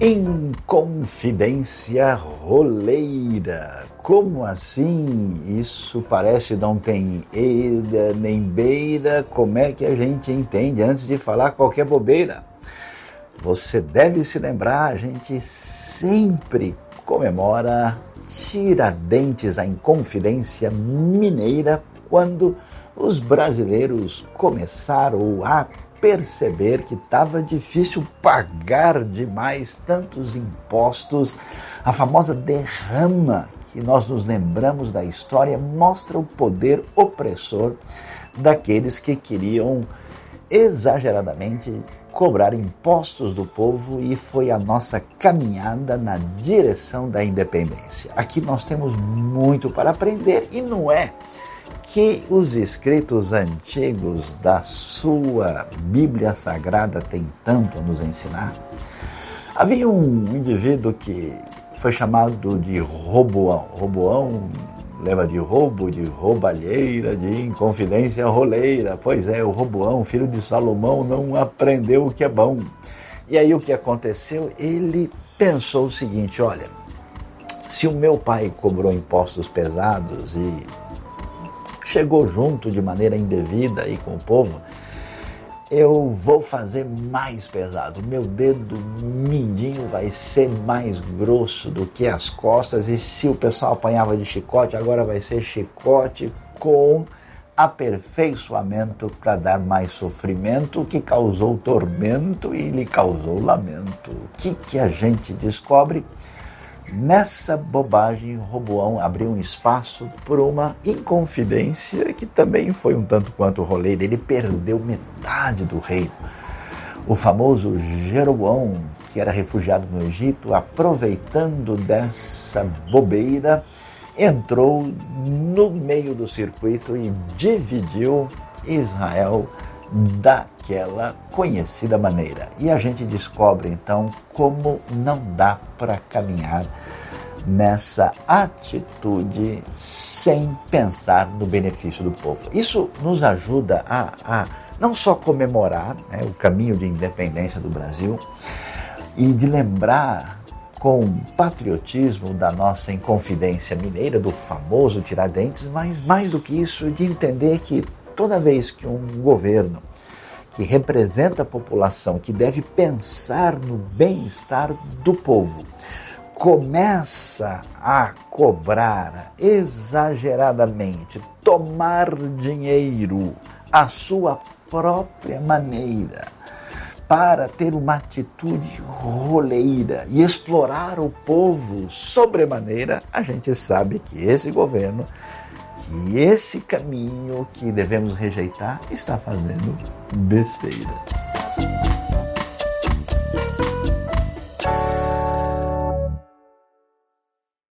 Inconfidência roleira. Como assim? Isso parece não tem eira nem beira. Como é que a gente entende antes de falar qualquer bobeira? Você deve se lembrar, a gente sempre comemora Tiradentes, a Inconfidência Mineira, quando os brasileiros começaram a perceber que estava difícil pagar demais tantos impostos. A famosa derrama, que nós nos lembramos da história, mostra o poder opressor daqueles que queriam exageradamente cobrar impostos do povo, e foi a nossa caminhada na direção da independência. Aqui nós temos muito para aprender, e não é que os escritos antigos da sua Bíblia Sagrada têm tanto a nos ensinar? Havia um indivíduo que foi chamado de Roboão. Roboão leva de roubo, de roubalheira, de inconfidência roleira. Pois é, o Roboão, filho de Salomão, não aprendeu o que é bom. E aí o que aconteceu? Ele pensou o seguinte: olha, se o meu pai cobrou impostos pesados e chegou junto de maneira indevida aí com o povo, eu vou fazer mais pesado. Meu dedo mindinho vai ser mais grosso do que as costas, e se o pessoal apanhava de chicote, agora vai ser chicote com aperfeiçoamento para dar mais sofrimento, que causou tormento e lhe causou lamento. O que a gente descobre? Nessa bobagem, Roboão abriu um espaço por uma inconfidência que também foi um tanto quanto roleira. Ele perdeu metade do reino. O famoso Jeroboão, que era refugiado no Egito, aproveitando dessa bobeira, entrou no meio do circuito e dividiu Israel daquela conhecida maneira. E a gente descobre então como não dá para caminhar nessa atitude sem pensar no benefício do povo. Isso nos ajuda a não só comemorar, né, o caminho de independência do Brasil, e de lembrar com patriotismo da nossa Inconfidência Mineira, do famoso Tiradentes, mas mais do que isso, de entender que toda vez que um governo que representa a população, que deve pensar no bem-estar do povo, começa a cobrar exageradamente, tomar dinheiro à sua própria maneira, para ter uma atitude roleira e explorar o povo sobremaneira, a gente sabe que esse governo, que esse caminho que devemos rejeitar, está fazendo besteira.